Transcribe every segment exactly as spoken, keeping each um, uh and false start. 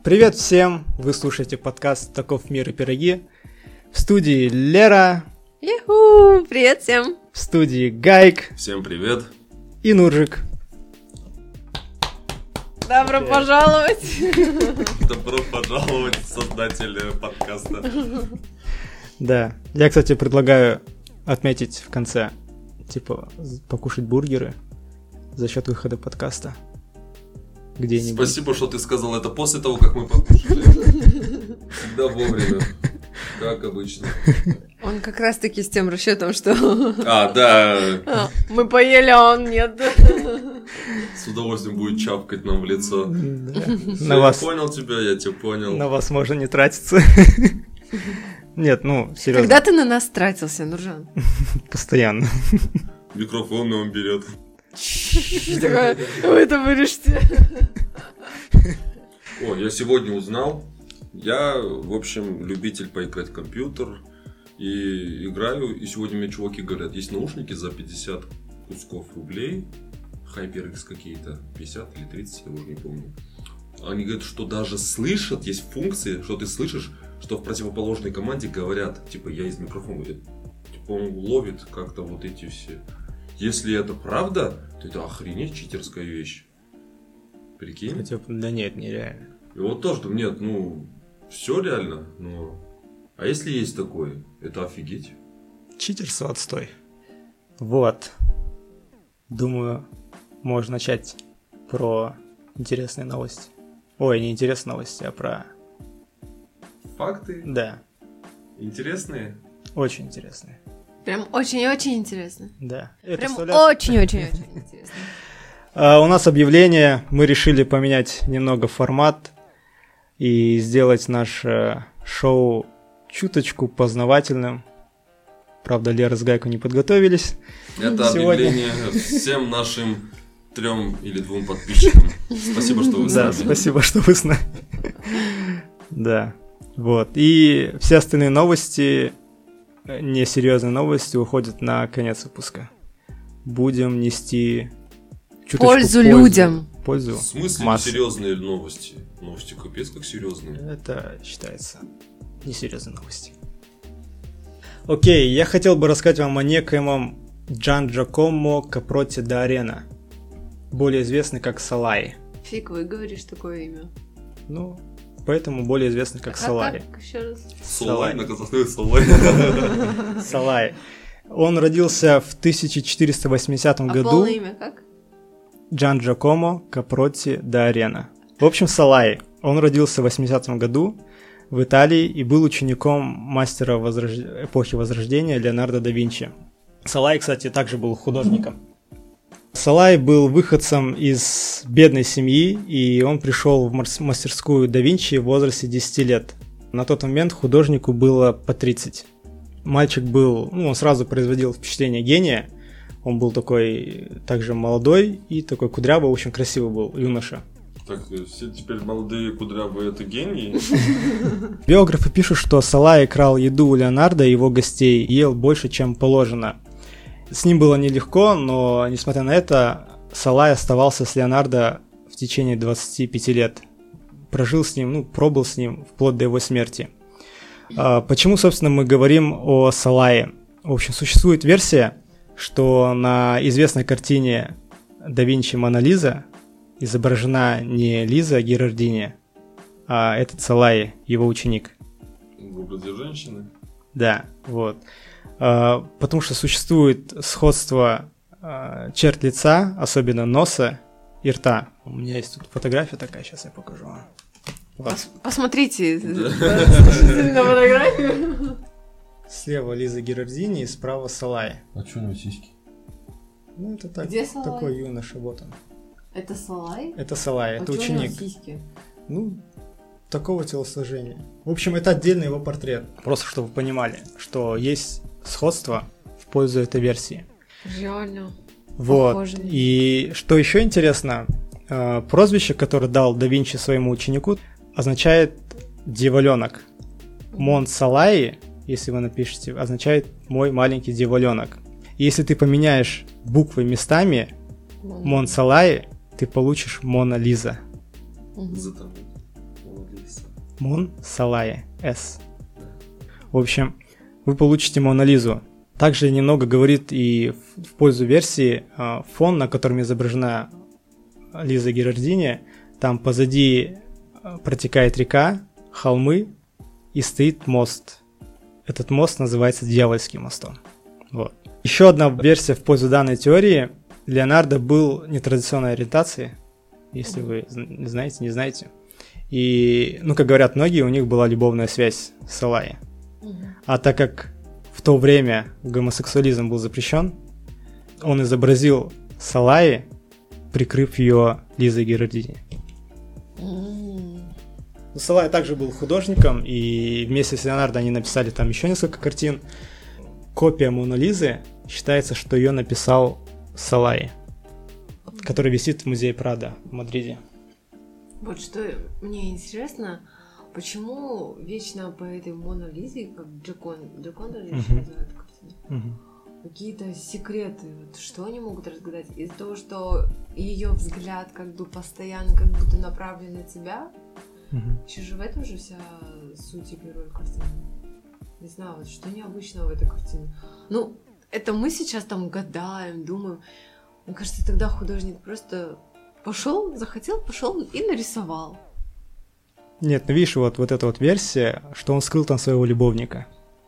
Привет всем! Вы слушаете подкаст «Таков мир и пироги». В студии Лера. Иху! Привет всем! В студии Гайк. Всем привет! И Нуржик. Добро привет. Пожаловать! Добро пожаловать, создатели подкаста. Да. Я, кстати, предлагаю отметить в конце, типа, покушать бургеры за счет выхода подкаста. Где-нибудь. Спасибо, что ты сказал это после того, как мы покушали. Всегда вовремя, как обычно. Он как раз-таки с тем расчетом, что... А, да. А, мы поели, а он нет. С удовольствием будет чапкать нам в лицо. Да. Все, На я вас... понял тебя, я тебя понял. На вас можно не тратиться. Нет, ну, серьезно. Когда ты на нас тратился, Нуржан? Постоянно. Микрофон он берет. Вы это вырежьте. О, я сегодня узнал. Я, в общем, любитель поиграть в компьютер. И играю. И сегодня мне чуваки говорят, есть наушники за пятьдесят кусков рублей. HyperX какие-то. пятьдесят или тридцать, я уже не помню. Они говорят, что даже слышат, есть функции, что ты слышишь, что в противоположной команде говорят, типа, я из микрофона. Типа, он ловит как-то вот эти все. Если это правда, то это охренеть читерская вещь. Прикинь? Хотя, да нет, нереально. И вот то, что нет, ну, все реально, но... А если есть такое, это офигеть. Читерство отстой. Вот. Думаю, можно начать про интересные новости. Ой, не интересные новости, а про... Факты? Да. Интересные? Очень интересные. Прям очень-очень интересно. Да. Это Прям вставляется... очень-очень-очень интересно. А, у нас объявление. Мы решили поменять немного формат и сделать наше шоу чуточку познавательным. Правда, Лера с Гайко не подготовились. Это сегодня. Объявление всем нашим трем или двум подписчикам. Спасибо, что вы с нами. Да, спасибо, что вы с нами. Да. Вот. И все остальные новости... несерьезные новости уходят на конец выпуска. Будем нести чуточку пользу, пользу людям. Пользу. В смысле массы. несерьезные новости? Новости капец как серьезные. Это считается несерьезной новостью. Окей, я хотел бы рассказать вам о некоем Джанджакомо Капроти да Арена, более известный как Салай. Фиг вы говоришь такое имя. Ну, поэтому более известный как а Салай. Как? Еще раз. Салай, на казахском Салай. Салай. Он родился в тысяча четыреста восьмидесятом а году. полное имя как? Джанджакомо Капроти да Арена. В общем, Салай. Он родился в восьмидесятом году в Италии и был учеником мастера возрож... эпохи Возрождения Леонардо да Винчи. Салай, кстати, также был художником. Салай был выходцем из бедной семьи, и он пришел в мастерскую да Винчи в возрасте десяти лет. На тот момент художнику было по тридцать. Мальчик был, ну, он сразу производил впечатление гения. Он был такой, также молодой и такой кудрявый, очень красивый был юноша. Так, все теперь молодые кудрявые это гении? Биографы пишут, что Салай крал еду у Леонардо и его гостей и ел больше, чем положено. С ним было нелегко, но, несмотря на это, Салай оставался с Леонардо в течение двадцати пяти лет. Прожил с ним, ну, пробыл с ним вплоть до его смерти. А, почему, собственно, мы говорим о Салае? В общем, существует версия, что на известной картине да Винчи «Мона Лиза» изображена не Лиза Герардини, а этот Салай, его ученик. В образе женщины? Да, вот. А, потому что существует сходство а, черт лица, особенно носа и рта. У меня есть тут фотография такая, сейчас я покажу. Пос- посмотрите на фотографию. Слева Лиза Герардини и справа Салай. А что у него сиськи? Ну, это так, Где Салай? такой юноша, вот он. Это Салай? Это Салай, это а ученик. Сиськи? Ну, такого телосложения. В общем, это отдельный его портрет. Просто чтобы вы понимали, что есть сходство в пользу этой версии. Реально. Вот. Похоже. И что еще интересно, прозвище, которое дал да Винчи своему ученику, означает дьяволенок. Мон Салай, если вы напишете, означает мой маленький дьяволенок. И если ты поменяешь буквы местами, Мон Салай, ты получишь Мона Лиза. Мгм. За тобой. Молодец. Мун Салаи С. В общем, вы получите Мону Лизу. Также немного говорит и в пользу версии фон, на котором изображена Лиза Герардини. Там позади протекает река, холмы и стоит мост. Этот мост называется Дьявольским мостом. Вот. Еще одна версия в пользу данной теории. Леонардо был нетрадиционной ориентации, если вы знаете, не знаете. И, ну, как говорят многие, у них была любовная связь с Салаи. А так как в то время гомосексуализм был запрещен, он изобразил Салаи, прикрыв ее Лизой Герардини. Салаи также был художником, и вместе с Леонардо они написали там еще несколько картин. Копия Моны Лизы считается, что ее написал Салаи, который висит в музее Прадо в Мадриде. Вот что мне интересно, почему вечно по этой Моне Лизе, как Джокон, Джокон даже еще uh-huh. называют картину, uh-huh. какие-то секреты, вот что они могут разгадать? Из-за того, что ее взгляд как бы постоянно как будто направлен на тебя, uh-huh. еще же в этом же вся суть и герой картины. Не знаю, вот что необычного в этой картине. Ну, это мы сейчас там гадаем, думаем. Мне кажется, тогда художник просто пошел, захотел, пошел и нарисовал. Нет, ну видишь, вот, вот эта вот версия, что он скрыл там своего любовника.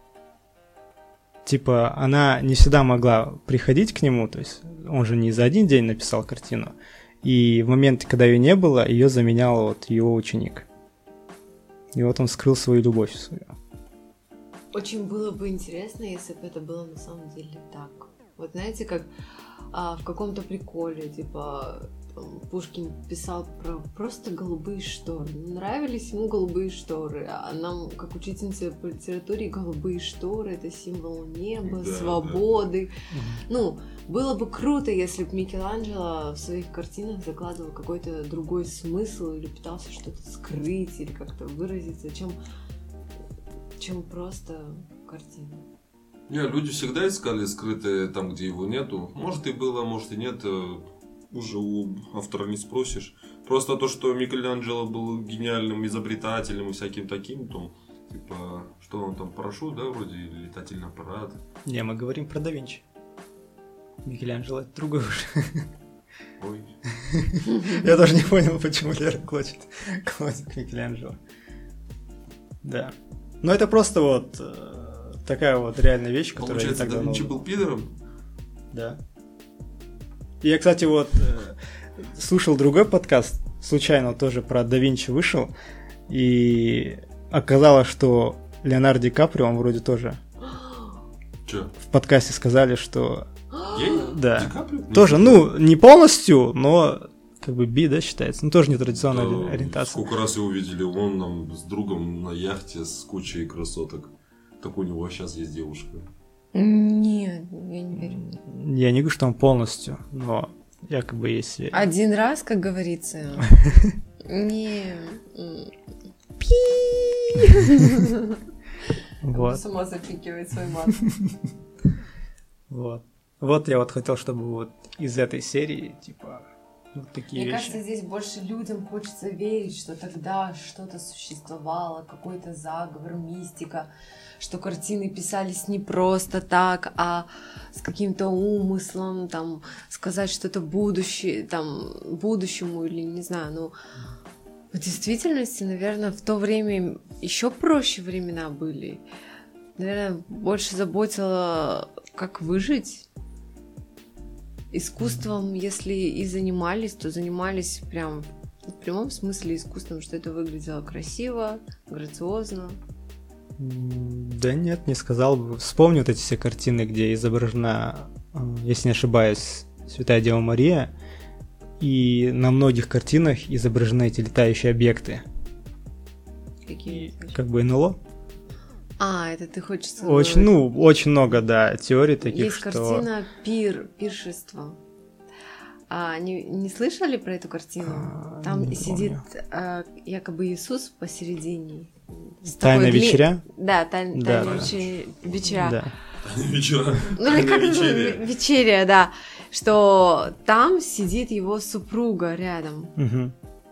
Типа, она не всегда могла приходить к нему, то есть он же не за один день написал картину. И в момент, когда ее не было, ее заменял вот его ученик. И вот он скрыл свою любовь свою. Очень было бы интересно, если бы это было на самом деле так. Вот знаете, как а, в каком-то приколе, типа, там, Пушкин писал про просто голубые шторы. Нравились ему голубые шторы, а нам, как учительнице по литературе, голубые шторы — это символ неба, да, свободы. Да. Ну, было бы круто, если бы Микеланджело в своих картинах закладывал какой-то другой смысл или пытался что-то скрыть или как-то выразиться, чем... чем просто картина. Не, люди всегда искали скрытое там, где его нету. Может и было, может и нет. Уже у автора не спросишь. Просто то, что Микеланджело был гениальным изобретателем и всяким таким, то, типа, что он там, парашют, да, вроде, или летательный аппарат. Не, мы говорим про да Винчи. Микеланджело — это другой уже. Ой. Я даже не понял, почему Лера клонит к Микеланджело. Да. Но это просто вот э, такая вот реальная вещь, которая... Получается, да Винчи был пидором? Да. И я, кстати, вот э, слушал другой подкаст, случайно тоже про да Винчи вышел, и оказалось, что Леонардо Ди Каприо, он вроде тоже... Чё? В подкасте сказали, что... Ей? Да. Ди Каприо? Тоже, ну, не полностью, но... Как бы би, да, считается? Ну, тоже нетрадиционная да, ориентация. Сколько раз его видели, он там с другом на яхте с кучей красоток. Так у него сейчас есть девушка. Нет, я не верю. Я не говорю, что он полностью, но якобы есть... Один раз, как говорится. Не... Пи! Вот. Сама запикивает свой мат. Вот. Вот я вот хотел, чтобы вот из этой серии, типа... Вот такие Мне вещи. кажется, здесь больше людям хочется верить, что тогда что-то существовало, какой-то заговор, мистика, что картины писались не просто так, а с каким-то умыслом, там, сказать что-то будущее, там, будущему или не знаю, ну, в действительности, наверное, в то время еще проще времена были. Наверное, больше заботило, как выжить. Искусством, если и занимались, то занимались прям в прямом смысле искусством, что это выглядело красиво, грациозно. Да нет, не сказал бы. Вспомню вот эти все картины, где изображена, если не ошибаюсь, Святая Дева Мария, и на многих картинах изображены эти летающие объекты. Какие? Как бы эн эл о. А, это ты хочешь сказать? Очень, ну, очень много, да, теорий таких, Есть что... картина «Пир», «Пиршество». А, не, не слышали про эту картину? А, Там сидит а, якобы Иисус посередине. Тайная вечеря? Дли... Да, тай... да, тайная да. вечеря. вечеря. Да. Вечера. Ну, или как вечеря. вечеря, да. Что там сидит его супруга рядом. Угу.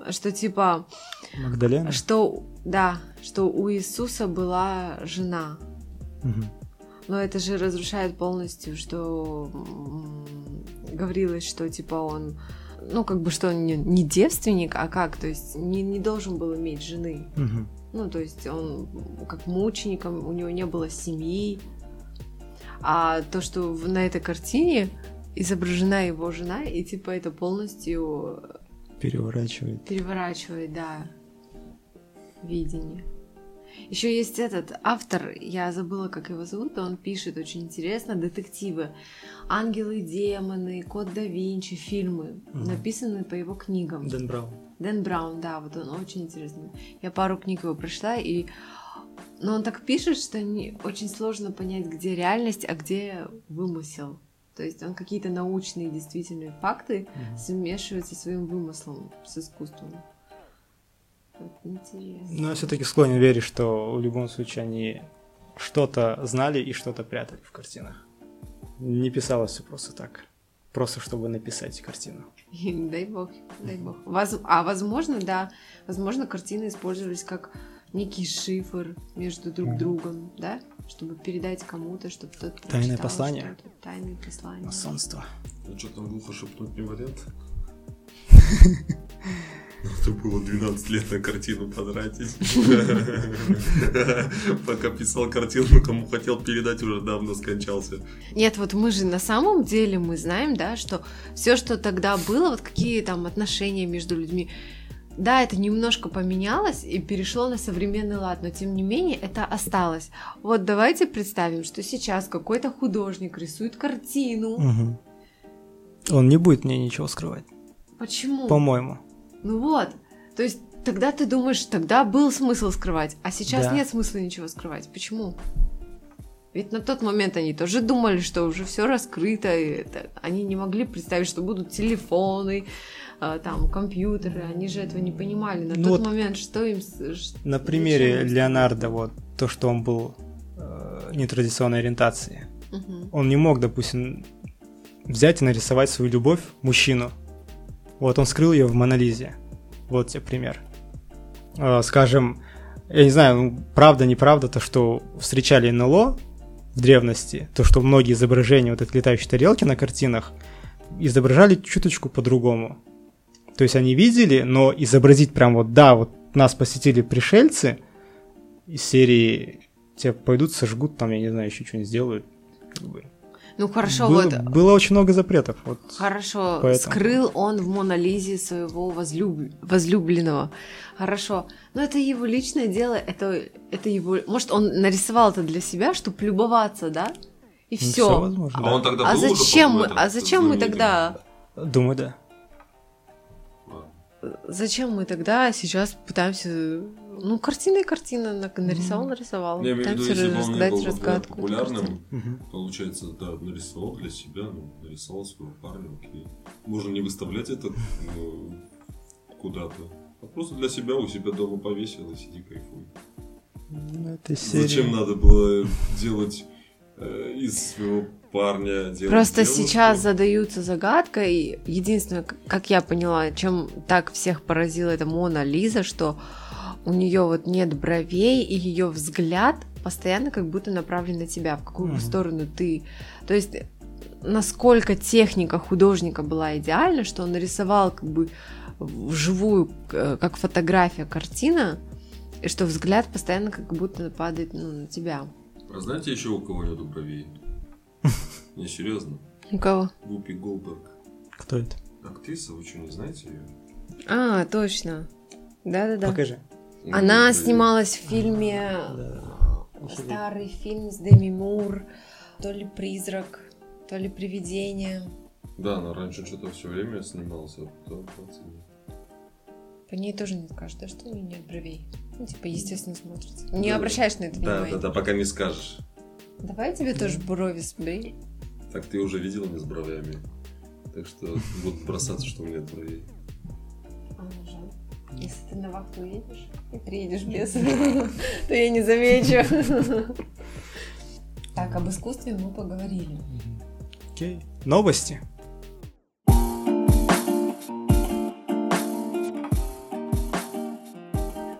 что типа... Магдалена? Что, да, что у Иисуса была жена. Угу. Но это же разрушает полностью, что говорилось, что типа он, ну как бы что он не, не девственник, а как, то есть не, не должен был иметь жены. Угу. Ну то есть он как мучеником, у него не было семьи. А то, что на этой картине изображена его жена, и типа это полностью переворачивает. Переворачивает, да, видение. Еще есть этот автор, я забыла, как его зовут, он пишет очень интересно детективы. «Ангелы и демоны», «Код да Винчи», фильмы, угу. написаны по его книгам. Дэн Браун. Дэн Браун, да, вот он очень интересный. Я пару книг его прочла, и... но он так пишет, что не... очень сложно понять, где реальность, а где вымысел. То есть он какие-то научные действительные факты угу. смешивает со своим вымыслом, с искусством. Интересно. Но я все-таки склонен верить, что в любом случае они что-то знали и что-то прятали в картинах. Не писалось все просто так. Просто чтобы написать картину. Дай бог, дай бог. Воз... А возможно, да, возможно, картины использовались как некий шифр между друг mm. другом, да? Чтобы передать кому-то, чтобы тот прочитал. Тайное послание. Что-то. Тайное послание. Масонство. Ну что там в ухо шепнуть не вариант? Это было двенадцать лет на картину потратить. Пока писал картину, кому хотел передать, уже давно скончался. Нет, вот мы же на самом деле мы знаем, да, что все, что тогда было, вот какие там отношения между людьми, да, это немножко поменялось и перешло на современный лад, но тем не менее это осталось. Вот давайте представим, что сейчас какой-то художник рисует картину. Угу. Он не будет мне ничего скрывать. Почему? По-моему. Ну вот, то есть тогда ты думаешь, тогда был смысл скрывать, а сейчас да. нет смысла ничего скрывать. Почему? Ведь на тот момент они тоже думали, что уже все раскрыто, и это... они не могли представить, что будут телефоны, там, компьютеры, они же этого не понимали. На ну тот вот момент что им... На примере Леонардо, вот, то, что он был э, нетрадиционной ориентации, угу. он не мог, допустим, взять и нарисовать свою любовь, мужчину. Вот он скрыл ее в Мона Лизе. Вот тебе пример. Э, скажем, я не знаю, ну, правда, неправда, то, что встречали эн эл о в древности, то, что многие изображения вот этой летающей тарелки на картинах изображали чуточку по-другому. То есть они видели, но изобразить прям вот, да, вот нас посетили пришельцы из серии, тебя пойдут, сожгут, там, я не знаю, еще что-нибудь сделают. Как бы. Ну хорошо, было, вот... Было очень много запретов. Вот, хорошо, поэтому. Скрыл он в Мона Лизе своего возлюб... возлюбленного. Хорошо, но это его личное дело, это, это его... Может, он нарисовал это для себя, чтобы любоваться, да? И ну, все. Возможно, а да. он тогда а был зачем уже, мы, а зачем мы тогда... Думаю, да. Зачем мы тогда сейчас пытаемся... Ну, картина и картина, нарисовал, нарисовал. Я имею в виду, если бы он не был разгадку, популярным, получается, да, нарисовал для себя, ну, нарисовал своего парня, окей. Можно не выставлять это ну, куда-то, а просто для себя у себя дома повесил и сиди кайфуй. Ну, это серия... Зачем надо было делать э, из своего парня делать Просто девушку? Сейчас задаются загадкой. Единственное, как я поняла, чем так всех поразила эта Мона Лиза, что у нее вот нет бровей, и ее взгляд постоянно как будто направлен на тебя, в какую mm-hmm. сторону ты. То есть, насколько техника художника была идеальна, что он нарисовал как бы вживую, как фотография, картина, и что взгляд постоянно как будто падает ну, на тебя. А знаете еще у кого нету бровей? Не, серьезно. У кого? Вупи Голдберг. Кто это? Актриса, вы что, не знаете ее? А, точно. Да-да-да. Покажи. Она ну, снималась в фильме, да. Старый фильм с Деми Мур, то ли «Призрак», то ли «Привидение». Да, она раньше что-то все время снималась, а потом... По ней тоже не скажешь, да, что у нее нет бровей. Ну, типа, естественно, смотрится. Не да, обращаешь на это внимания. Да, да, да, пока не скажешь. Давай тебе тоже брови сбрей. Так ты уже видела не с бровями. Так что будут бросаться, что у меня нет бровей. А, жаль. Если ты на вахту уедешь и приедешь без, то я не замечу. Так, об искусстве мы поговорили. Окей. Новости.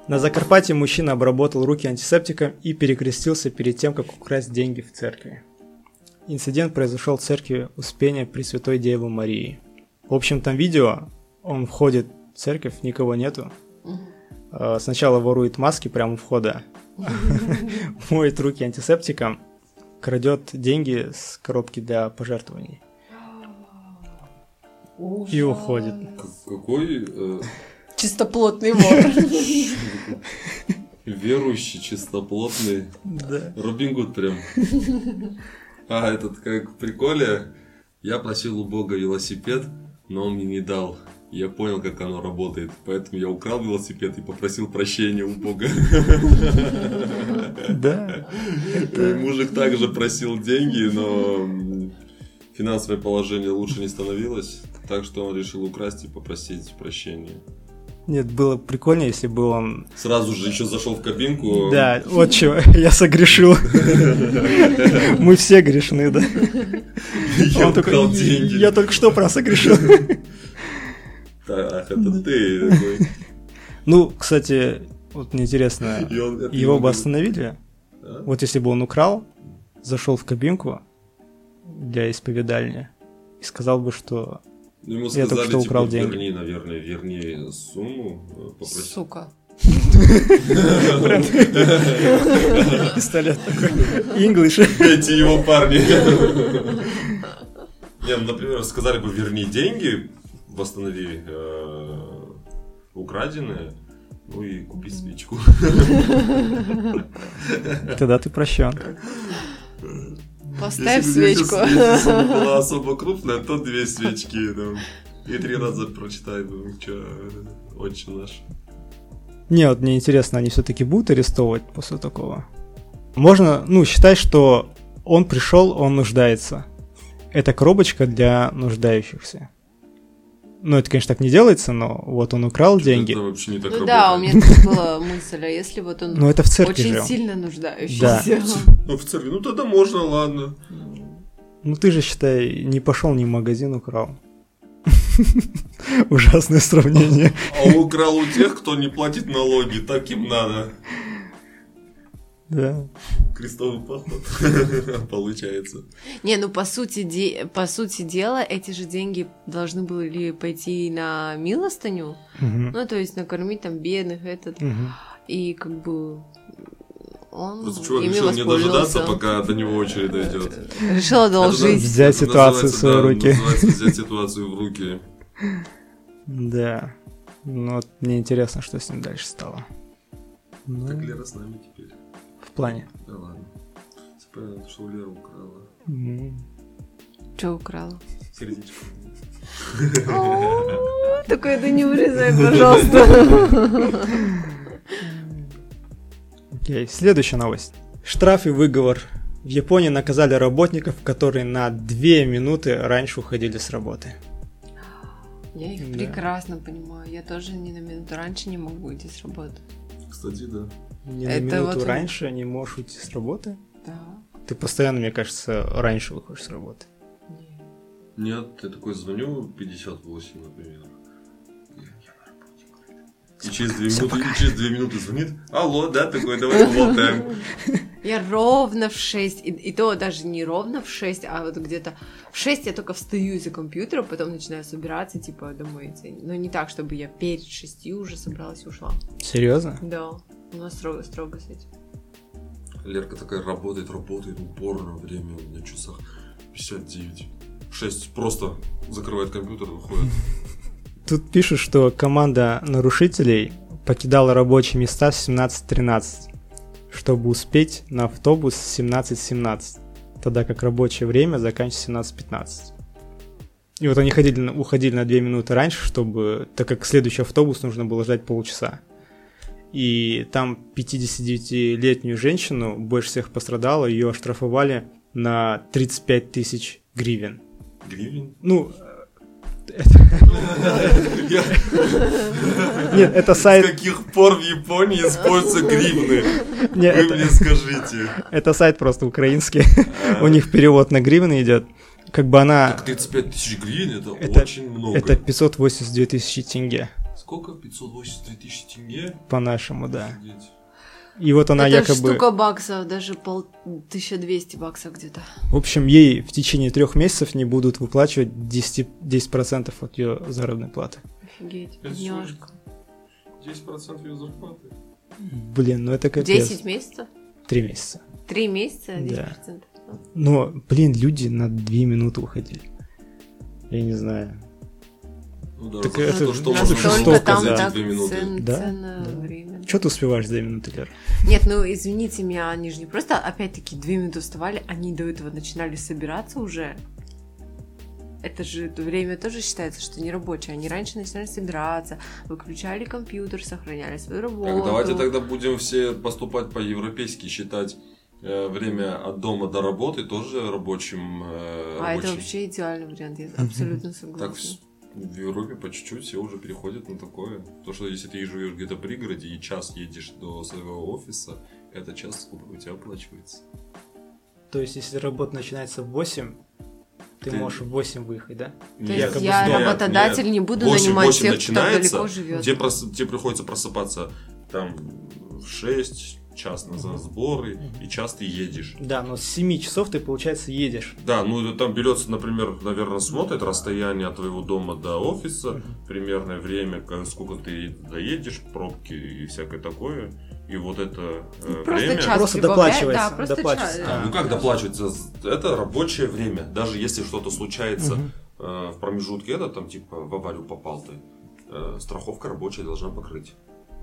На Закарпатье мужчина обработал руки антисептиком и перекрестился перед тем, как украсть деньги в церкви. Инцидент произошел в церкви Успения Пресвятой Девы Марии. В общем, там видео, он входит в церковь, никого нету. Сначала ворует маски прямо у входа, моет руки антисептиком, крадет деньги с коробки для пожертвований и уходит. Какой... Э... Чистоплотный вор. Верующий, чистоплотный. Да. Робин Гуд прям. А, этот как в приколе. Я просил у Бога велосипед, но он мне не дал. Я понял, как оно работает. Поэтому я украл велосипед и попросил прощения у Бога. Да. Мужик также просил деньги, но финансовое положение лучше не становилось. Так что он решил украсть и попросить прощения. Нет, было прикольнее, если бы он... Сразу же еще зашел в кабинку. Да, вот чего, я согрешил. Мы все грешны, да. Я украл деньги. Я только что про согрешил. Так, это ты такой. Ну, кстати, вот мне интересно, его бы остановили? Вот если бы он украл, зашел в кабинку для исповедальни и сказал бы, что... Ну, ему сказали, я только что типа, украл деньги. Верни, наверное, верни сумму. Попроси. Сука. Пистолет такой. English. Эти его парни. Не, ну, например, сказали бы, верни деньги, восстанови украденные, ну и купи свечку. Тогда ты прощен. Поставь свечку. Если сумма была особо крупная, то две свечки. Там, и три раза прочитай, ну, что, отче наш. Не, вот мне интересно, они все-таки будут арестовывать после такого? Можно, ну, считать, что он пришел, он нуждается. Это коробочка для нуждающихся. Ну, это, конечно, так не делается, но вот он украл это деньги. Это вообще не так ну работает. да, у меня тоже была мысль, а если вот он ну, это в церкви очень же. сильно нуждающийся. Да. Ну, в церкви, ну тогда можно, ладно. Ну, ты же, считай, не пошел ни в магазин, украл. Ужасное сравнение. А он украл у тех, кто не платит налоги, так им надо. Да. Крестовый поход. Получается. Не, ну по сути, де... по сути дела, эти же деньги должны были пойти на милостыню. Угу. Ну, то есть накормить там бедных, этот. Угу. И как бы он Просто чувак ими решил не дожидаться, воспользовался. пока до него очередь дойдет. Решил одолжить. Взять Это ситуацию в называется, свои да, руки. Называется взять ситуацию в руки. Да. Ну, вот мне интересно, что с ним дальше стало. Ну, Как Лера с нами теперь. в плане. Да ладно. Понятно, что Лера украла. М. Что украла? Сердечко. Такое да не вырезай, пожалуйста. Окей, следующая новость. Штраф и выговор. В Японии наказали работников, которые на две минуты раньше уходили с работы. Я их Да. прекрасно понимаю. Я тоже ни на минуту раньше не могу уйти с работы. Кстати, да. Не на Это минуту вот- раньше не можешь уйти с работы? Да. Ты постоянно, мне кажется, раньше выходишь с работы. Не. Нет, я такой звоню пятьдесят восемь, например. Я, я на работе, говорит. И через две минуты, и через две минуты звонит. Алло, да, такой, давай поболтаем. Я ровно в шесть, и, и то даже не ровно в шесть, а вот где-то в шесть я только встаю из-за компьютера, потом начинаю собираться, типа, домой идти. Но не так, чтобы я перед шестью уже собралась и ушла. Серьезно? Да, у нас строго-строго с этим. Лерка такая работает, работает, упорно, время на часах пятьдесят девять. В шесть просто закрывает компьютер и выходит. Тут пишут, что команда нарушителей покидала рабочие места в семнадцать тринадцать, чтобы успеть на автобус в семнадцать семнадцать, тогда как рабочее время заканчивается в семнадцать пятнадцать. И вот они ходили, на- уходили на две минуты раньше, чтобы, так как следующий автобус нужно было ждать полчаса. И там пятидесятидевятилетнюю женщину больше всех пострадало, ее оштрафовали на тридцать пять тысяч гривен. Гривен? Ну, нет, это С сайт, каких пор в Японии используются гривны? не, Вы это, мне скажите. это сайт просто украинский, у них перевод на гривны идет. Как бы она, Так тридцать пять тысяч гривен это, Это- очень много. это пятьсот восемьдесят две тысячи тенге. Сколько? сколько? пятьсот восемьдесят две тысячи тенге? По-нашему, да. Офигеть. И вот она Это якобы... штука баксов, даже пол... тысяча двести баксов где-то. В общем, ей в течение трех месяцев не будут выплачивать десять, десять процентов от ее заработной платы. Офигеть, Это бедняжка. десять процентов ее зарплаты. Блин, ну это капец. десять месяцев? Три месяца. Три месяца, десять Да. процентов. Но, блин, люди на две минуты уходили. Я не знаю. Ну да, Так за это то, что же можно жестоко, Настолько там да. за так эти две минуты. цен- Да? ценно Да. время. Что ты успеваешь за две минуты, Лер? Нет, ну извините меня, они же не просто опять-таки две минуты вставали, они до этого начинали собираться уже. Это же время тоже считается, что не рабочее. Они раньше начинали собираться, выключали компьютер, сохраняли свою работу. Так, давайте тогда будем все поступать по-европейски, считать э, время от дома до работы тоже рабочим. Э, А рабочим. это вообще идеальный вариант, я абсолютно Так согласна. в, в Европе по чуть-чуть все уже переходят на такое. То, что если ты живешь где-то в пригороде и час едешь до своего офиса, это час у тебя оплачивается. То есть, если работа начинается в восемь, ты, Ты- можешь в восемь выехать, да? То Нет, есть якобы я нет, работодатель нет. не буду восемь- нанимать восемь тех, кто начинается, далеко живет. Тебе, прос- тебе приходится просыпаться там в шесть, час на Мгм. сборы, Мгм. и час ты едешь. Да, но с семи часов ты, получается, едешь. Да, ну это там берется, например, наверное, смотрит расстояние от твоего дома до офиса, Мгм. примерное время, как- сколько ты доедешь, пробки и всякое такое. И вот это э, Просто время... час Просто прибавляй- доплачивается, Да, просто доплачивается. час. А, ну как доплачивается? Это рабочее время. Даже если что-то случается Мгм. э, в промежутке, это там типа в аварию попал ты, э, страховка рабочая должна покрыть.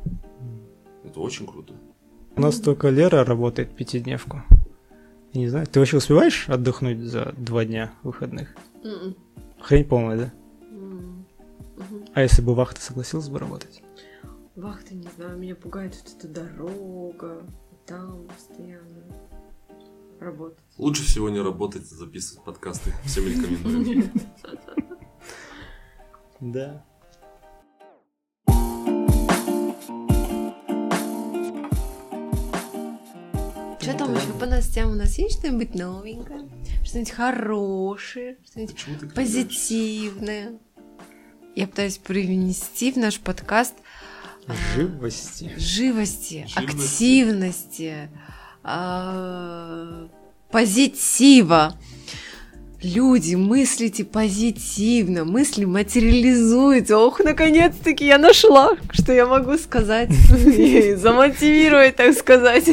Это очень круто. У нас только Лера работает пятидневку. Я не знаю, ты вообще успеваешь отдохнуть за два дня выходных? М-м. Хрень полная, да? М. Мгм. А если бы вахта согласилась бы работать? Вахта, не знаю, меня пугает вот эта дорога, там постоянно работать. Лучше всего не работать, записывать подкасты. Всем рекомендую. Да. Что там еще по новостям? У нас есть что-нибудь новенькое? Что-нибудь хорошее? Что-нибудь Почему ты кричишь? позитивное? Я пытаюсь привнести в наш подкаст а, Живости. живости, Живности. активности, а, позитива. Люди, мыслите позитивно, мысли материализуются. Ох, наконец-таки я нашла, что я могу сказать и замотивировать, так сказать.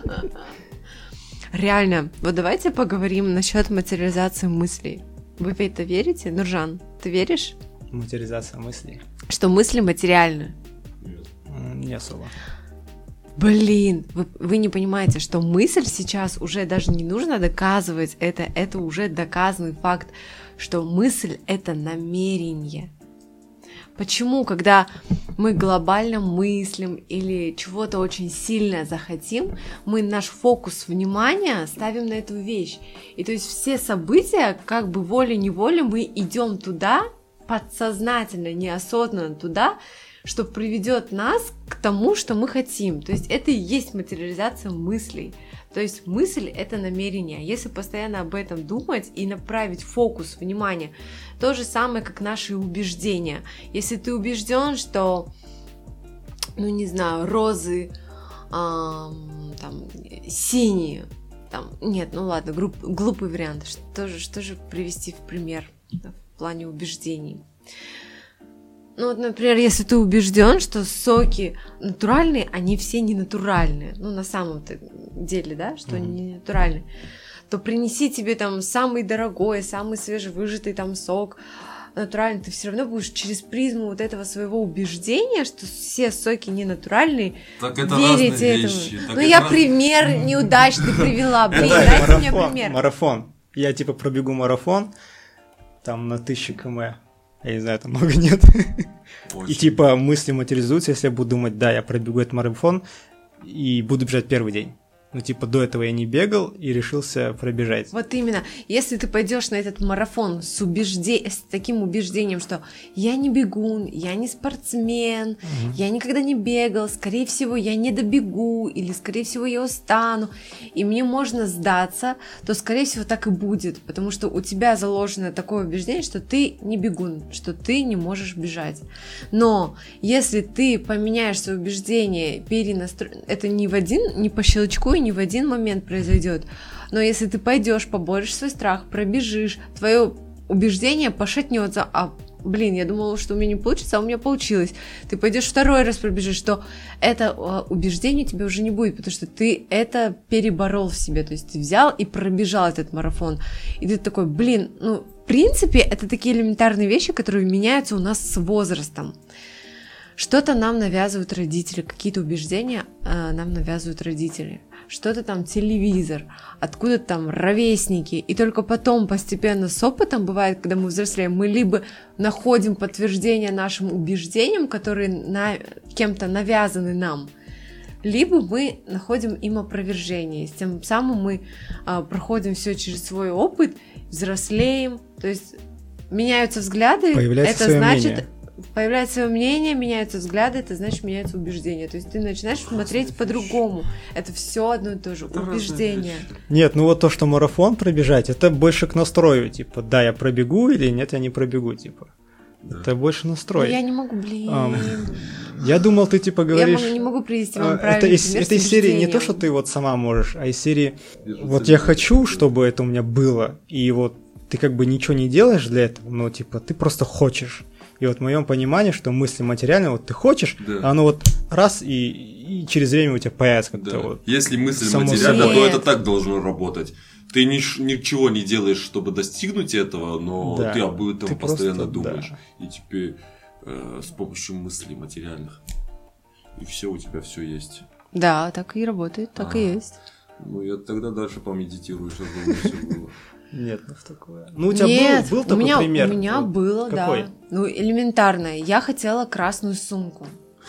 Реально, вот давайте поговорим насчет материализации мыслей. Вы в это верите? Нуржан, ты веришь, Материализация мыслей. что мысли материальны? Нет. М, Не особо. Блин, вы, вы не понимаете, что мысль сейчас уже даже не нужно доказывать это, это уже доказанный факт, что мысль — это намерение. Почему, когда мы глобально мыслим или чего-то очень сильно захотим, мы наш фокус внимания ставим на эту вещь. И то есть все события, как бы волей-неволей, мы идем туда, подсознательно, неосознанно туда, что приведет нас к тому, что мы хотим. То есть это и есть материализация мыслей. То есть мысль — это намерение. Если постоянно об этом думать и направить фокус внимания, то же самое, как наши убеждения. Если ты убежден, что, ну не знаю, розы эм, там, синие, там, нет, ну ладно, груп, глупый вариант. Что же, что же привести в пример в плане убеждений? Ну вот, например, если ты убежден, что соки натуральные, они все не натуральные, ну на самом-то деле, да, что они не натуральные, то принеси тебе там самый дорогой, самый свежевыжатый там сок натуральный, ты все равно будешь через призму вот этого своего убеждения, что все соки не натуральные, Так это верить разные этому. вещи. Так Ну это я раз- пример неудачный привела, блин, Это дайте мне Марафон, пример. марафон. Я типа пробегу марафон, там на тысячу километров. Я не знаю, там много нет. И Очень. типа мысли материализуются, если я буду думать, да, я пробегу этот марафон и буду бежать первый день. Ну, типа, до этого я не бегал и решился пробежать. Вот именно. Если ты пойдешь на этот марафон с, убежде... с таким убеждением, что я не бегун, я не спортсмен, угу. я никогда не бегал, скорее всего, я не добегу, или, скорее всего, я устану, и мне можно сдаться, то, скорее всего, так и будет, потому что у тебя заложено такое убеждение, что ты не бегун, что ты не можешь бежать. Но если ты поменяешь свое убеждение, перенастроишь, это не в один, не по щелчку и не в один момент произойдет. Но если ты пойдешь, поборешь свой страх, пробежишь, твое убеждение пошатнется. А, блин, я думала, что у меня не получится, а у меня получилось. Ты пойдешь второй раз пробежишь, что это убеждение у тебя уже не будет, потому что ты это переборол в себе. То есть ты взял и пробежал этот марафон. И ты такой, блин, ну, в принципе, это такие элементарные вещи, которые меняются у нас с возрастом. Что-то нам навязывают родители, какие-то убеждения э, нам навязывают родители. Что-то там телевизор, откуда-то там ровесники. И только потом постепенно с опытом бывает, когда мы взрослеем, мы либо находим подтверждение нашим убеждениям, которые на, кем-то навязаны нам, либо мы находим им опровержение. И тем самым мы э, проходим все через свой опыт, взрослеем, то есть меняются взгляды. Появляется это значит... мнение. Появляется свое мнение, меняются взгляды, это значит меняются убеждения. То есть ты начинаешь смотреть Разные по-другому. вещи. Это все одно и то же. Это убеждения. Нет, ну вот то, что марафон пробежать, это больше к настрою. Типа, да, я пробегу или нет, я не пробегу. Типа, Да. это больше настрой. Но я не могу, блин. Um, я думал, ты типа говоришь... Я могу, не могу привести а, вам правильный это из, пример это из с серии не то, убеждением. что ты вот сама можешь, а из серии Держу вот цель, я хочу, да. чтобы это у меня было, и вот ты как бы ничего не делаешь для этого, но типа ты просто хочешь. И вот в моем понимании, что мысли материальные, вот ты хочешь, Да. а оно вот раз и, и через время у тебя появится как-то Да. вот. Если мысль само материальна, собой. то это так должно работать. Ты нич- ничего не делаешь, чтобы достигнуть этого, но Да. ты об этом Ты постоянно просто, думаешь. да. И теперь э, с помощью мыслей материальных. И все, у тебя все есть. Да, так и работает, так А. и есть. Ну, я тогда дальше помедитирую, чтобы у меня все было. Нет, ну в такое. Ну, у тебя Нет, был, был у такой меня, пример? у меня Вот было, какой? да. Ну, элементарное. Я хотела красную сумку.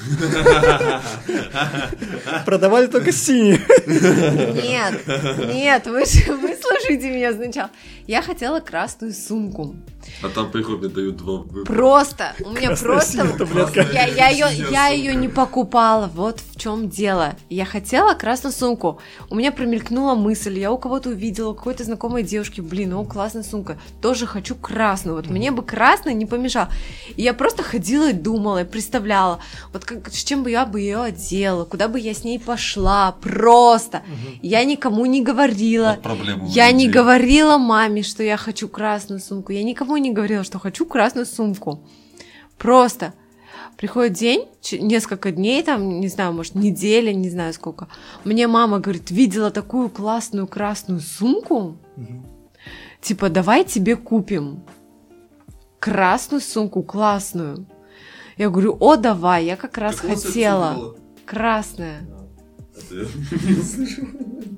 Продавали только синие. Нет, нет, вы, же- вы слушайте меня сначала. Я хотела красную сумку. А там приходят, дают два выбора. Просто, у меня Красная просто... синяя таблетка. Я, я, ее, Синяя я сумка. ее не покупала, вот в чем дело. Я хотела красную сумку. У меня промелькнула мысль, я у кого-то увидела, у какой-то знакомой девушки, блин, о, классная сумка, тоже хочу красную. Вот мне бы красная не помешала. И я просто ходила и думала, и представляла, вот как, с чем бы я бы ее одела, куда бы я с ней пошла, просто. Я никому не говорила. Вот проблема у Я не людей. говорила маме, что я хочу красную сумку. Я никому не говорила, что хочу красную сумку. Просто приходит день, ч- несколько дней, там, не знаю, может, неделя, не знаю сколько. Мне мама говорит, видела такую классную красную сумку? Типа, давай тебе купим красную сумку, классную. Я говорю, о, давай, я как раз Какого цвета хотела. сумка была? Красная. Это я не слышал.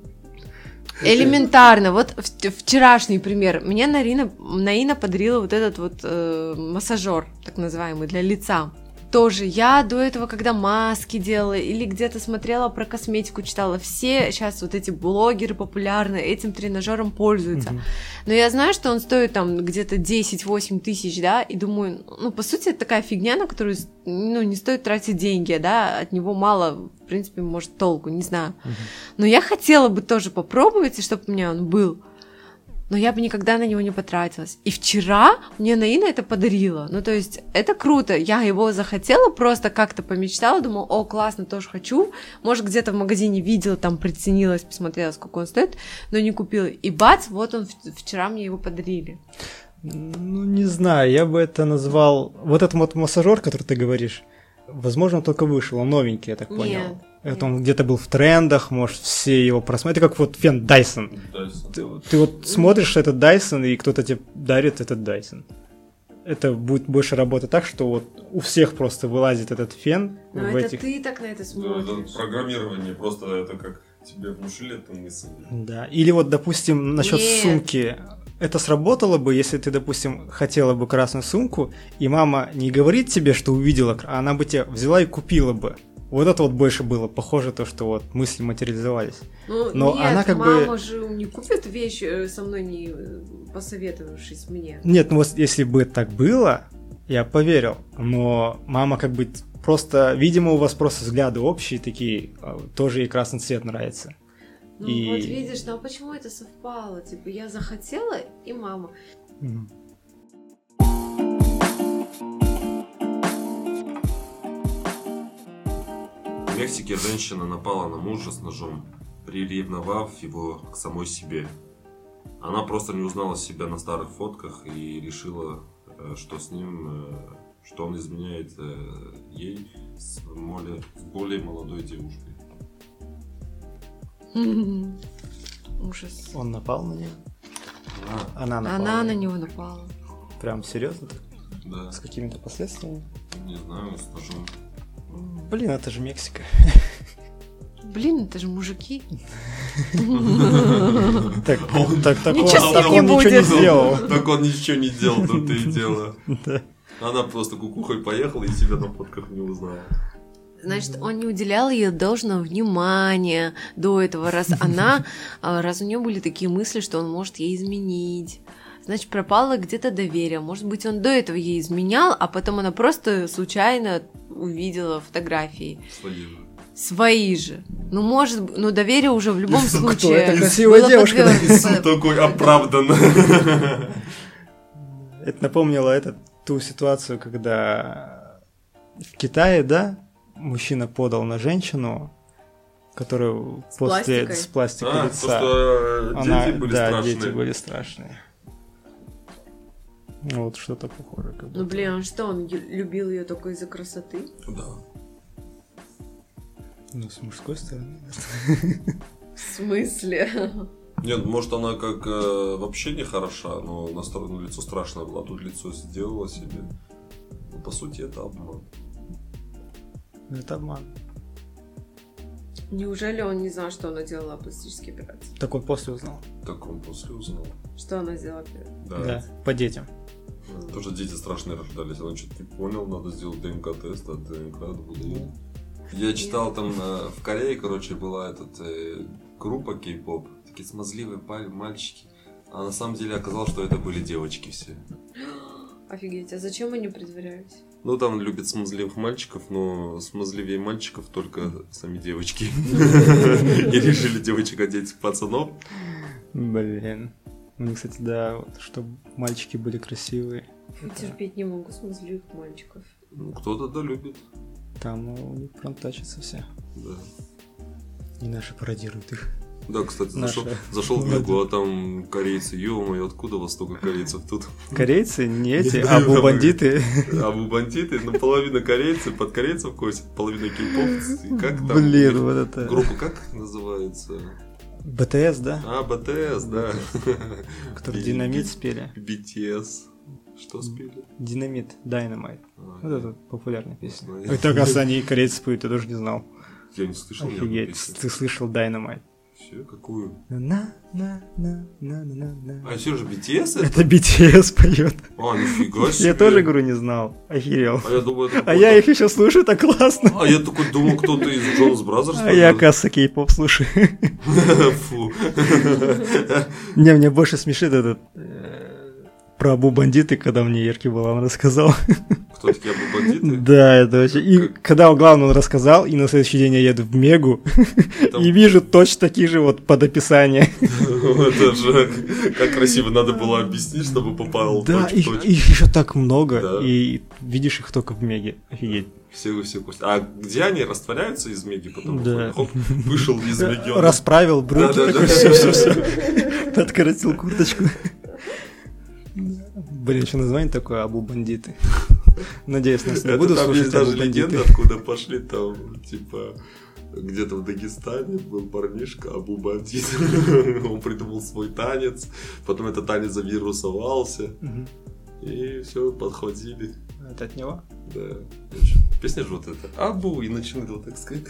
Элементарно. Вот в- вчерашний пример. Мне Нарина, Наина подарила вот этот вот э, массажер, так называемый, для лица. Тоже я до этого, когда маски делала или где-то смотрела про косметику, читала, все сейчас вот эти блогеры популярные этим тренажером пользуются. Мгм. Но я знаю, что он стоит там где-то десять-восемь тысяч, да, и думаю, ну, по сути, это такая фигня, на которую, ну, не стоит тратить деньги, да, от него мало, в принципе, может, толку, не знаю. Но я хотела бы тоже попробовать, и чтобы у меня он был. Но я бы никогда на него не потратилась. И вчера мне Наина это подарила. Ну, то есть, это круто. Я его захотела, просто как-то помечтала, думала, о, классно, тоже хочу. Может, где-то в магазине видела, там приценилась, посмотрела, сколько он стоит, но не купила. И бац, вот он, в- вчера мне его подарили. Ну, не знаю, я бы это назвал... Вот этот вот массажер, который ты говоришь, возможно, он только вышел, он новенький, я так Нет, понял. нет. Это он где-то был в трендах, может, все его просмотрели. Это как вот фен Dyson. Дайсон. Ты, ты вот смотришь этот Dyson, и кто-то тебе дарит этот Dyson. Это будет больше работать так, что вот у всех просто вылазит этот фен Но в это этих... ты так на это Да, смотришь. это программирование, просто это как тебе внушили эту мысль. Да. Или вот, допустим, насчет Нет. сумки. Это сработало бы, если ты, допустим, хотела бы красную сумку, и мама не говорит тебе, что увидела, а она бы тебя взяла и купила бы. Вот это вот больше было похоже, то, что вот мысли материализовались. Ну, Но нет, она как мама бы... же не купит вещь, э, со мной не посоветовавшись мне. Нет, ну вот если бы так было, я поверил. Но мама как бы просто... Видимо, у вас просто взгляды общие такие. Тоже ей красный цвет нравится. Ну И- вот видишь, ну а почему это совпало? Типа я захотела, и мама. Мгм. В Мексике женщина напала на мужа с ножом, приревновав его к самой себе. Она просто не узнала себя на старых фотках и решила, э, что с ним, э, что он изменяет э, ей с более, с более молодой девушкой. Ужас. Он напал на нее? А, Она напала. Она на него напала. Прям серьезно? так? да, С какими-то последствиями? не знаю, с ножом. Блин, это же Мексика. Блин, это же мужики. Так, так, так, Ничего он, с так ним не он ничего не будет. сделал. Так он ничего не делал, тут и дело. Да. Она просто кукухой поехала и себя на фотках не узнала. Значит, он не уделял ей должного внимания до этого, раз она, а, раз у нее были такие мысли, что он может ей изменить. Значит, пропало где-то доверие. Может быть, он до этого ей изменял, а потом она просто случайно увидела фотографии. Свои же. Свои же. Ну, может быть, ну, доверие уже в любом Кто? случае. Это красивая было девушка, да? подвер- Суд такой оправданно. Это напомнило это, ту ситуацию, когда в Китае, да, мужчина подал на женщину, которую С после пластикой? с пластикой А, то, лица. что Она- дети были да, страшные. дети были страшные. Ну, вот что-то похожее. Как Ну, будто. блин, а что, он ю- любил ее только из-за красоты? Да. Ну, с мужской стороны. В смысле? Нет, может она как э, вообще не хороша, но на сторону лицо страшное было, а тут лицо сделала себе. Ну, по сути, это обман. Это обман. Неужели он не знал, что она делала пластические операции? Так он после узнал. Так он после узнал. Что она сделала? Да. Да, по детям. Тоже дети страшные рождались. Он что-то не понял, надо сделать ДНК-тест, а ДНК выдает. Я читал там э, в Корее, короче, была этот, э, группа кей-поп. Такие смазливые парни, мальчики. А на самом деле оказалось, что это были девочки все. Офигеть, а зачем они притворялись? Ну, там любят смазливых мальчиков, но смазливее мальчиков только сами девочки. И решили девочек одеть в пацанов. Блин. Ну, кстати, да, вот, чтобы мальчики были красивые. Я терпеть не могу смазливых мальчиков. Ну, кто-то да любит. Там у них прям тачатся все. Да. И наши пародируют их. Да, кстати, Наша. зашел, зашел в Мегу, а там корейцы. Ё-моё, откуда вас столько корейцев тут? Корейцы не эти, Не а знаю, бандиты. А вы бандиты, ну половина корейцев, под корейцев косят, половина кей-поп. Как там? Блин, вот это... Группа как называется? БТС, да? А, БТС, да. Который Би- Динамит би- спели. би ти эс. Что спели? Динамит, Dynamite. А, Вот это популярная песня. знаю. Это, оказывается, они и корейцы поют, я тоже не знал. Я не слышал ни одной Офигеть, песни. ты слышал Dynamite. Все, какую? на на на на на на А все же би ти эс это? Это би ти эс поет. А, нифига себе. Я тоже, говорю, не знал. Охерел. А я думаю, это А я их еще слушаю, так классно. А я такой думал, кто-то из Джонас Бразерс. А я, оказывается, кей-поп слушаю. Фу. Не, мне больше смешит этот э, про Абу Бандиты, когда мне Ерки Балан рассказал. Кто такие Абу Бандиты? Да, это вообще... И когда он, главное, он рассказал, и на следующий день я еду в Мегу, Там- и вижу точно такие же вот под описание. Это же как красиво надо было объяснить, чтобы попал Да, точь в их, точь. их еще так много, Да. и видишь их только в Меге. Офигеть. Все, все кости. А где они растворяются из Меги? Потом Да. хоп, вышел из Меги. он- Расправил брюки, Да-да-да. такой, все-все-все. Подкоротил курточку. Блин, еще название такое Абу Бандиты. Надеюсь, нас не Это будут там есть слушать Абу даже легенда, Бандиты. откуда пошли там, типа, где-то в Дагестане был парнишка Абу Бандит. Он придумал свой танец, потом этот танец завирусовался, Мгм. и все, подхватили. Это от него? Да. Короче, песня же вот эта. Абу, и начинает вот так сказать.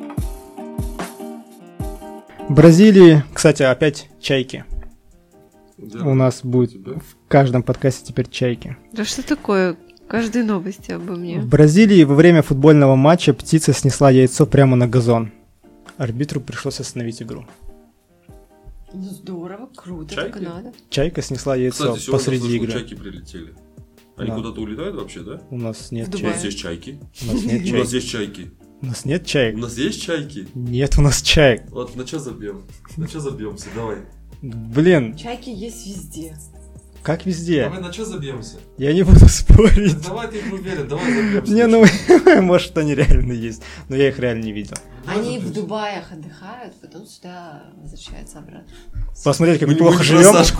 В Бразилии, кстати, опять чайки. Да. У нас будет Тебя? в каждом подкасте теперь чайки. Да что такое? Каждой новости обо мне. В Бразилии во время футбольного матча птица снесла яйцо прямо на газон. Арбитру пришлось остановить игру. Ну здорово, круто, Чайки? так и надо. Чайка снесла яйцо Кстати, сегодня посреди слышал, игры. чайки прилетели. Они Да. куда-то улетают вообще, да? У нас нет В У Дубае. нас чайки. есть чайки. У нас нет У нас чайки. есть чайки. У нас нет У чаек. нас есть чайки. Нет, у нас чаек. Вот на что забьем? На что забьемся? Давай. Блин, Чайки есть везде. как везде. Давай на что забьемся? Я не буду спорить. Давай, ты не уверен, давай забьемся. Не, ну, может, они реально есть. Но я их реально не видел. Давай Они в забьемся. Дубаях отдыхают, потом сюда возвращаются обратно. Посмотреть, как Мы мы не- мы плохо не про живем. Сашку.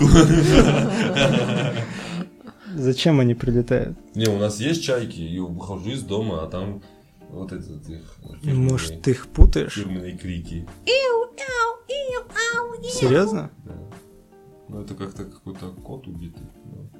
Зачем они прилетают? Не, у нас есть чайки, и выхожу из дома, а там вот этот их фирменные- Может, ты их путаешь? фирменные крики. Серьезно? Да. Ну это как-то какой-то кот убитый. ну.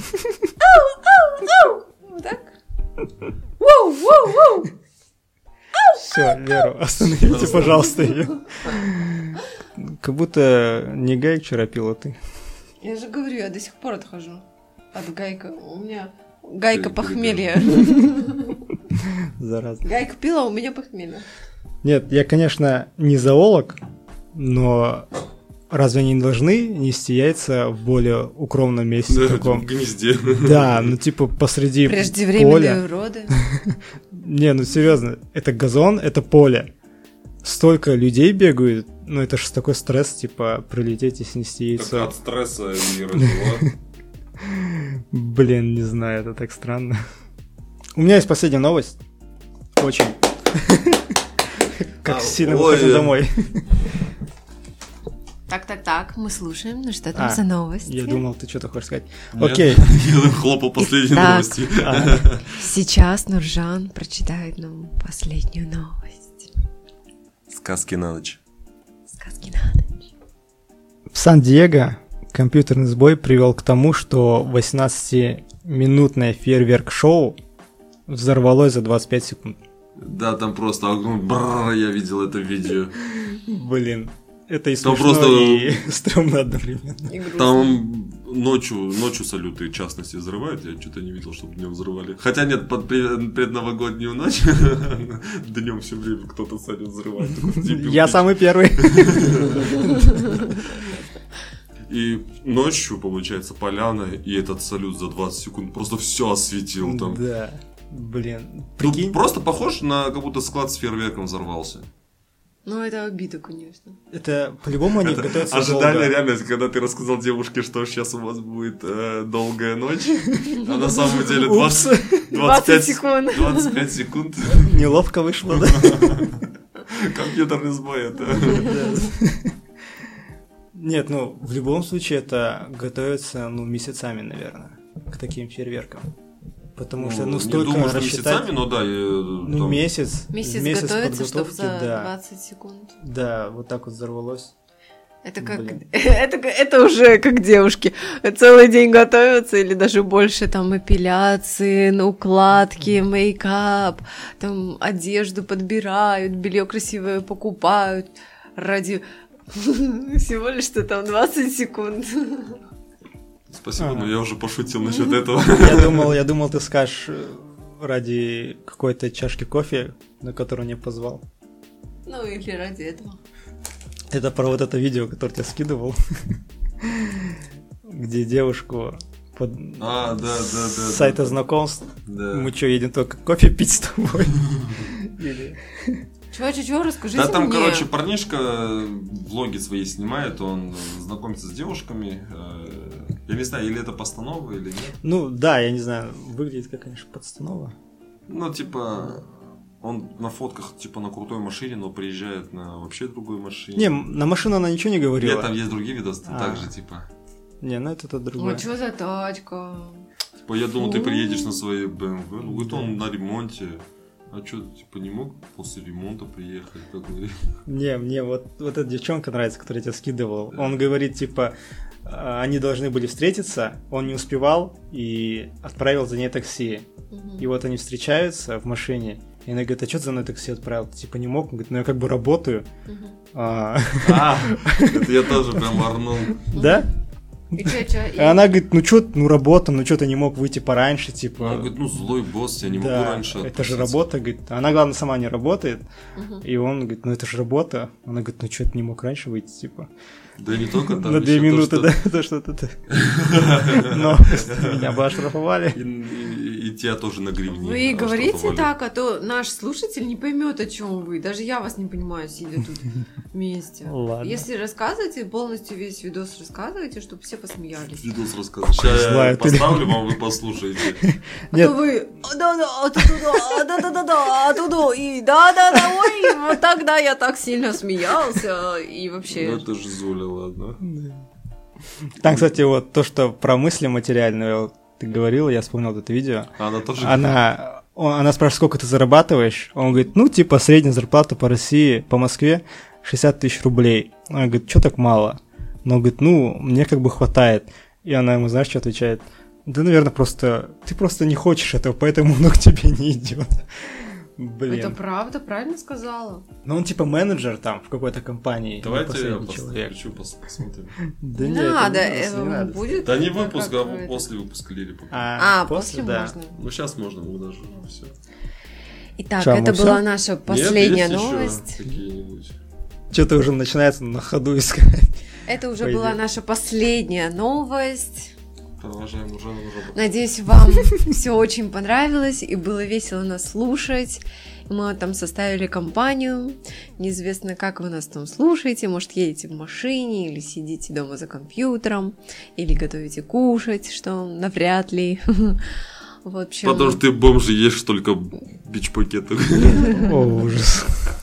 Вот так? Воу, воу, воу! Все, Леру, остановите, пожалуйста, ее. Как будто не Гай вчера пил, а ты. Я же говорю, я до сих пор отхожу от гайка. У меня гайка Ты- похмелья. Зараза. Гайка пила, у меня похмелье. Нет, я, конечно, не зоолог, но разве они не должны нести яйца в более укромном месте Да, таком? в гнезде. Да, ну типа посреди Преждевременные поля. уроды. Не, ну серьезно, это газон, это поле. Столько людей бегают, ну это ж такой стресс, типа, прилететь и снести Так яйцо. от стресса и родила. Блин, не знаю, это так странно. У меня есть последняя новость. Очень. Как А, сильно ой. выходим домой. Так, так, так, мы слушаем. Ну что там А, за новости? Я думал, ты что-то хочешь сказать. Нет, Окей. Я хлопал последней Итак. новости. А, Сейчас Нуржан прочитает нам последнюю новость. Сказки на ночь. Сказки на ночь. В Сан-Диего компьютерный сбой привел к тому, что восемнадцатиминутное фейерверк-шоу взорвалось за двадцать пять секунд. Да, там просто огонь. Бррр, я видел это видео. Блин, это и Там смешно, просто- и стрёмно одновременно. И грустно. Там ночью, ночью салюты в частности взрывают. Я что-то не видел, чтобы днем взрывали. Хотя нет, под пред- предновогоднюю ночь днем все время кто-то салют взрывает. Такой, типа, Я самый первый. И ночью, получается, поляна, и этот салют за двадцать секунд просто все осветил там. Да, блин. Ну, Прикинь, просто похож на как будто склад с фейерверком взорвался. Ну, это обида, конечно. это по-любому они Это готовятся ожидание долго. реальность, когда ты рассказал девушке, что сейчас у вас будет э, долгая ночь, а на самом деле Упс, двадцать, двадцать двадцать пять секунд. двадцать пять секунд. неловко вышло, да? Компьютерный сбой это. Да. Нет, ну, в любом случае это готовится, ну, месяцами, наверное, к таким фейерверкам. Потому что, ну, не столько думаю, что рассчитать... месяцами, но да. Ну, там- месяц. Месяц, месяц готовится, чтобы подготовки, за да. двадцать секунд. Да, вот так вот взорвалось. Это как... Блин. Это, это уже как девушки. Целый день готовятся или даже больше. Там эпиляции, ну, укладки, мейкап. Там одежду подбирают, белье красивое покупают. Ради... Всего лишь-то там двадцать секунд. Спасибо, Ага. но я уже пошутил насчет этого. Я думал, я думал, ты скажешь э, ради какой-то чашки кофе, на которую не позвал. Ну, или ради этого. Это про вот это видео, которое я скидывал, где девушку под А, да, да, да. с да, сайта да. знакомств. Да. Мы что, едем только кофе пить с тобой? Или... Чего, чего, чего, расскажите Да, там, мне. короче, парнишка влоги свои снимает, он знакомится с девушками. э, Я не знаю, или это постанова, или нет. Ну да, я не знаю, выглядит как, конечно, подстанова. Ну, типа, он на фотках, типа, на крутой машине, но приезжает на вообще другой машине. Не, м, на машину она ничего не говорила. Нет, там есть другие видосы, А. так же, типа. Не, ну это то другое. Ой, что за тачка? Типа, я думал, ты Фу. приедешь на своей бэ эм вэ. Ну, говорит, Да. он на ремонте. А что, типа, не мог после ремонта приехать? Как говорит? Не, мне вот, вот эта девчонка нравится, которую я тебе скидывал. Он говорит, типа, а, они должны были встретиться, он не успевал и отправил за ней такси. Мгм. И вот они встречаются в машине, и она говорит, а что ты за мной такси отправил? Ты типа не мог? Он говорит, ну я как бы работаю. Мгм. А, А, это я тоже прям орнул. Да? И чё, чё? И она говорит, ну чё, ну работа, ну чё ты не мог выйти пораньше, типа. Она говорит, ну злой босс, я не могу Да, раньше это же отпуститься. работа, говорит. Она, главное, сама не работает. Мгм. И он говорит, ну это же работа. Она говорит, ну чё ты не мог раньше выйти, типа. Да и не только там. На две ещё то, минуты, что- да, то что-то. ты- Но меня бы оштрафовали. И, и- и тебя тоже на гривне. Вы говорите оштрафовали. так, а то наш слушатель не поймет, о чем вы. Даже я вас не понимаю, сидя тут вместе. Ладно. Если рассказываете, полностью весь видос рассказывайте, чтобы все посмеялись. Видос рассказывай. Сейчас я Злая ты. поставлю вам, вы послушаете. А Нет. то вы да-да, туда, да-да-да-да, туда, и да-да-да, ой, вот тогда я так сильно смеялся, и Ну вообще... это же Зуля, ладно. Там, кстати, вот то, что про мысли материальные, вот ты говорил, я вспомнил это видео. А она тоже... Она, он- она спрашивает, сколько ты зарабатываешь? Он говорит, ну, типа, средняя зарплата по России, по Москве шестьдесят тысяч рублей. Она говорит, что так мало? Но он говорит, ну, мне как бы хватает. И она ему, знаешь, что отвечает? Да, наверное, просто... Ты просто не хочешь этого, поэтому оно к тебе не идет. Блин. Это правда, правильно сказала? Ну, он типа менеджер там в какой-то компании. не Давайте я последний пос- человек. включу, пос- посмотрим. Да Не нет, это надо, не э, не надо. будет... Да не это выпуск, как а это- после выпуска или пока. А, после да. можно. Ну сейчас можно, мы даже все. Итак, Чё, мы это всё? была наша последняя новость. Какие-нибудь. Что-то уже начинается на ходу искать. Это уже По была идее. наша последняя новость. Продолжаем уже работать. Надеюсь, вам все очень понравилось и было весело нас слушать. Мы там составили компанию. Неизвестно, как вы нас там слушаете. Может, едете в машине или сидите дома за компьютером, или готовите кушать, что навряд ли. В общем, Потому что ты бомж и ешь только бич-пакеты. О, ужас.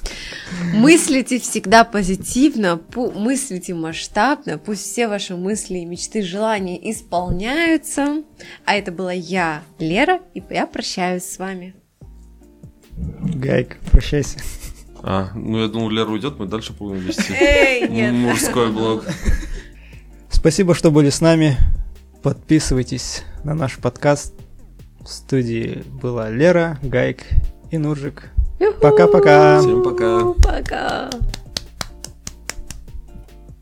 мыслите всегда позитивно, пу- мыслите масштабно, пусть все ваши мысли, мечты, желания исполняются. А это была я, Лера, и я прощаюсь с вами. Гайка, прощайся. А, ну я думал, Лера уйдет, мы дальше будем вести. Эй, нет. Мужской блог. Спасибо, что были с нами. Подписывайтесь на наш подкаст. В студии была Лера, Гайк и Нуржик. Юху! Пока-пока. Всем пока. Пока.